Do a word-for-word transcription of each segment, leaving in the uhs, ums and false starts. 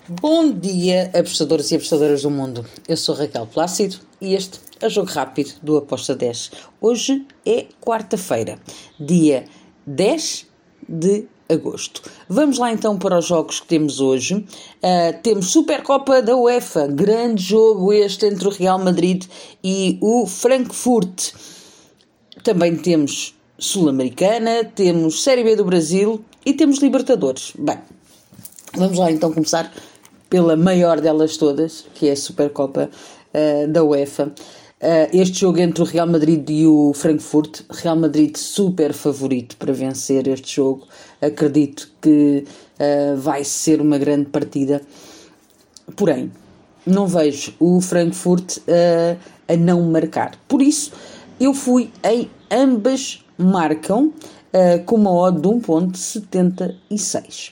Bom dia, apostadores e apostadoras do mundo. Eu sou Raquel Plácido e este é o Jogo Rápido do Aposta dez. Hoje é quarta-feira, dia dez de agosto. Vamos lá então para os jogos que temos hoje. Uh, temos Supercopa da UEFA, grande jogo este entre o Real Madrid e o Frankfurt. Também temos Sul-Americana, temos Série B do Brasil e temos Libertadores. Bem, vamos lá então começar pela maior delas todas, que é a Supercopa uh, da UEFA. Uh, este jogo entre o Real Madrid e o Frankfurt. Real Madrid super favorito para vencer este jogo. Acredito que uh, vai ser uma grande partida. Porém, não vejo o Frankfurt uh, a não marcar. Por isso, eu fui em ambas marcam uh, com uma odd de um vírgula setenta e seis.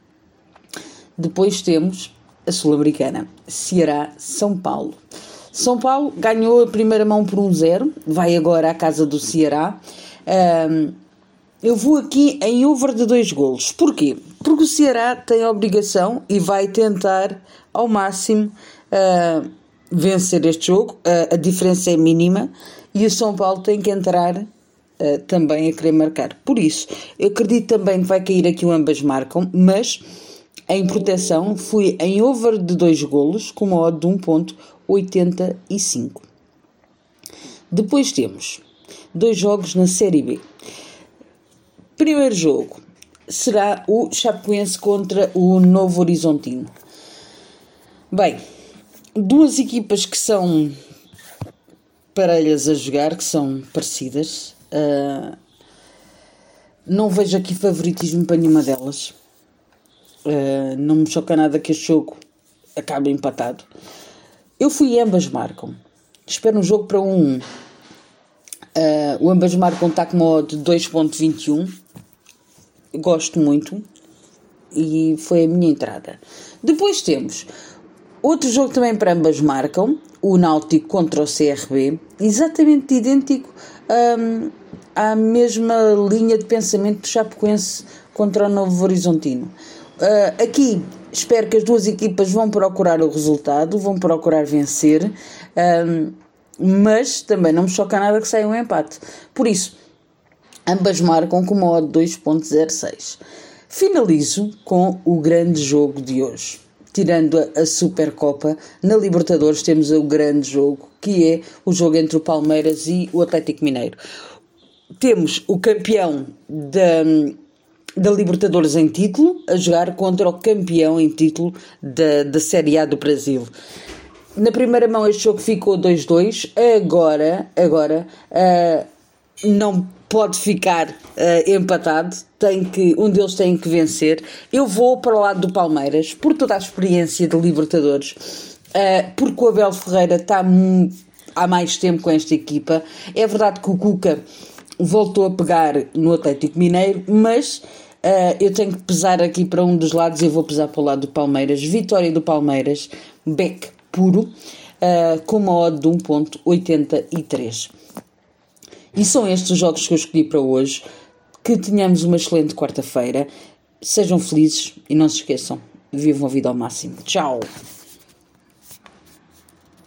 Depois temos a Sul-Americana, Ceará-São Paulo. São Paulo ganhou a primeira mão por um zero, vai agora à casa do Ceará. Um, eu vou aqui em over de dois golos. Porquê? Porque o Ceará tem a obrigação e vai tentar ao máximo uh, vencer este jogo. Uh, a diferença é mínima e o São Paulo tem que entrar uh, também a querer marcar. Por isso, eu acredito também que vai cair aqui o ambas marcam, mas em proteção fui em over de dois golos com uma odd de um vírgula oitenta e cinco. Depois temos dois jogos na Série B. Primeiro jogo será o Chapecoense contra o Novo Horizontino. Bem, duas equipas que são parelhas a jogar, que são parecidas. Uh, não vejo aqui favoritismo para nenhuma delas. Uh, não me choca nada que este jogo acabe empatado. Eu fui ambas marcam. Espero um jogo para um 1. Uh, o ambas marcam está com modo de dois vírgula vinte e um. Gosto muito. E foi a minha entrada. Depois temos outro jogo também para ambas marcam. O Náutico contra o C R B. Exatamente idêntico um, à mesma linha de pensamento do Chapecoense contra o Novo Horizontino. Uh, aqui espero que as duas equipas vão procurar o resultado, vão procurar vencer, um, mas também não me choca nada que saia um empate. Por isso, ambas marcam com uma odd de dois vírgula zero seis. Finalizo com o grande jogo de hoje. Tirando a, a Supercopa, na Libertadores temos o grande jogo, que é o jogo entre o Palmeiras e o Atlético Mineiro. Temos o campeão da... da Libertadores em título, a jogar contra o campeão em título da, da Série A do Brasil. Na primeira mão este jogo ficou dois a dois, agora, agora uh, não pode ficar uh, empatado, tem que, um deles tem que vencer. Eu vou para o lado do Palmeiras, por toda a experiência de Libertadores, uh, porque o Abel Ferreira está m- há mais tempo com esta equipa. É verdade que o Cuca voltou a pegar no Atlético Mineiro, mas Uh, eu tenho que pesar aqui para um dos lados e eu vou pesar para o lado do Palmeiras. Vitória do Palmeiras, back puro, uh, com uma odd de um vírgula oitenta e três. E são estes os jogos que eu escolhi para hoje. Que tenhamos uma excelente quarta-feira. Sejam felizes e não se esqueçam, vivam a vida ao máximo. Tchau!